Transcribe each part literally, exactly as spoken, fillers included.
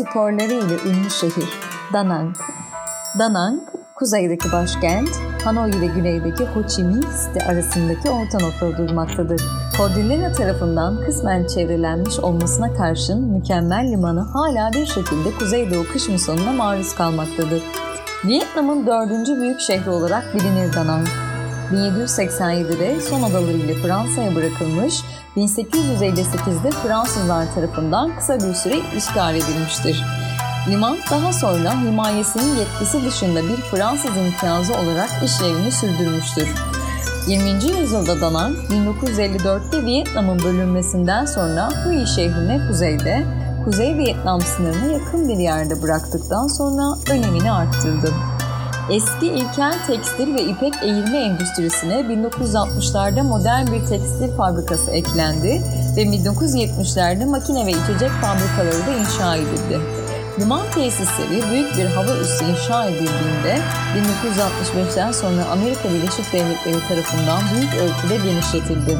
sporları ile ünlü şehir Da Nang. Da Nang, kuzeydeki başkent, Hanoi ve güneydeki Ho Chi Minh City arasındaki orta noktada durmaktadır. Cordillera tarafından kısmen çevrelenmiş olmasına karşın mükemmel limanı hala bir şekilde Kuzeydoğu kış musonuna maruz kalmaktadır. Vietnam'ın dördüncü büyük şehri olarak bilinir Da Nang. bin yedi yüz seksen yedide son adalarıyla Fransa'ya bırakılmış, bin sekiz yüz elli sekizde Fransızlar tarafından kısa bir süre işgal edilmiştir. Liman daha sonra himayesinin yetkisi dışında bir Fransız imtiyazı olarak işlevini sürdürmüştür. yirminci yüzyılda Da Nang, bin dokuz yüz elli dörtte Vietnam'ın bölünmesinden sonra Hue şehrine kuzeyde, Kuzey Vietnam sınırına yakın bir yerde bıraktıktan sonra önemini arttırdı. Eski ilkel tekstil ve ipek eğirme endüstrisine bin dokuz yüz altmışlarda modern bir tekstil fabrikası eklendi ve bin dokuz yüz yetmişlerde makine ve içecek fabrikaları da inşa edildi. Liman tesisleri büyük bir hava üssü inşa edildiğinde bin dokuz yüz altmış beşten sonra Amerika Birleşik Devletleri tarafından büyük ölçüde genişletildi.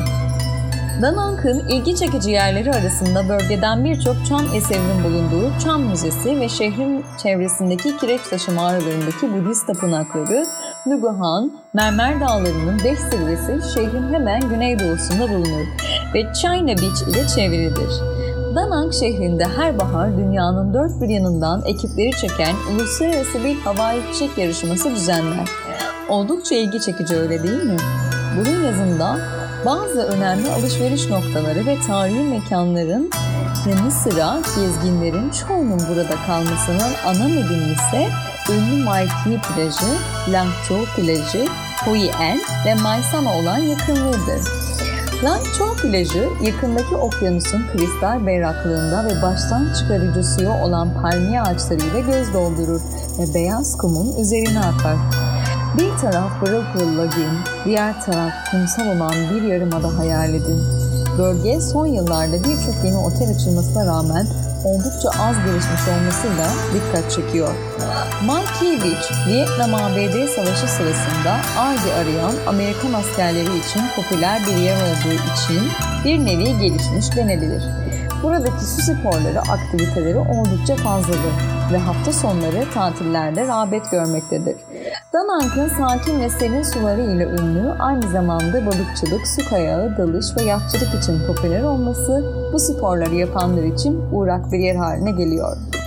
Da Nang'ın ilgi çekici yerleri arasında bölgeden birçok çam eserinin bulunduğu Çam Müzesi ve şehrin çevresindeki kireç taşı mağaralarındaki Budist tapınakları, Nugu Han, Mermer Dağları'nın beş zirvesi şehrin hemen güneydoğusunda bulunur ve China Beach ile çevrilidir. Da Nang şehrinde her bahar dünyanın dört bir yanından ekipleri çeken uluslararası bir havai fişek yarışması düzenler. Oldukça ilgi çekici, öyle değil mi? Bunun yazında bazı önemli alışveriş noktaları ve tarihi mekanların yanı sıra gezginlerin çoğunun burada kalmasının ana nedeni ise ünlü Mai Kea plajı, Lang Chau plajı, Hoi An ve Mai Sama olan yakınlığıdır. Lang Chau plajı, yakındaki okyanusun kristal berraklığında ve baştan çıkarıcı suyu olan palmiye ağaçlarıyla göz doldurur ve beyaz kumun üzerine akar. Bir taraf pırıl pırıl lagün, diğer taraf kumsal olan bir yarımada hayal edin. Bölge son yıllarda birçok yeni otel açılmasına rağmen oldukça az gelişmiş olmasıyla dikkat çekiyor. Mai Kea Beach, Vietnam-A B D Savaşı sırasında Arge arayan Amerikan askerleri için popüler bir yer olduğu için bir nevi gelişmiş denebilir. Buradaki su sporları aktiviteleri oldukça fazladır ve hafta sonları tatillerde rağbet görmektedir. Da Nang'ın sakin ve serin suları ile ünlü, aynı zamanda balıkçılık, su kayağı, dalış ve yatçılık için popüler olması bu sporları yapanlar için uğrak bir yer haline geliyor.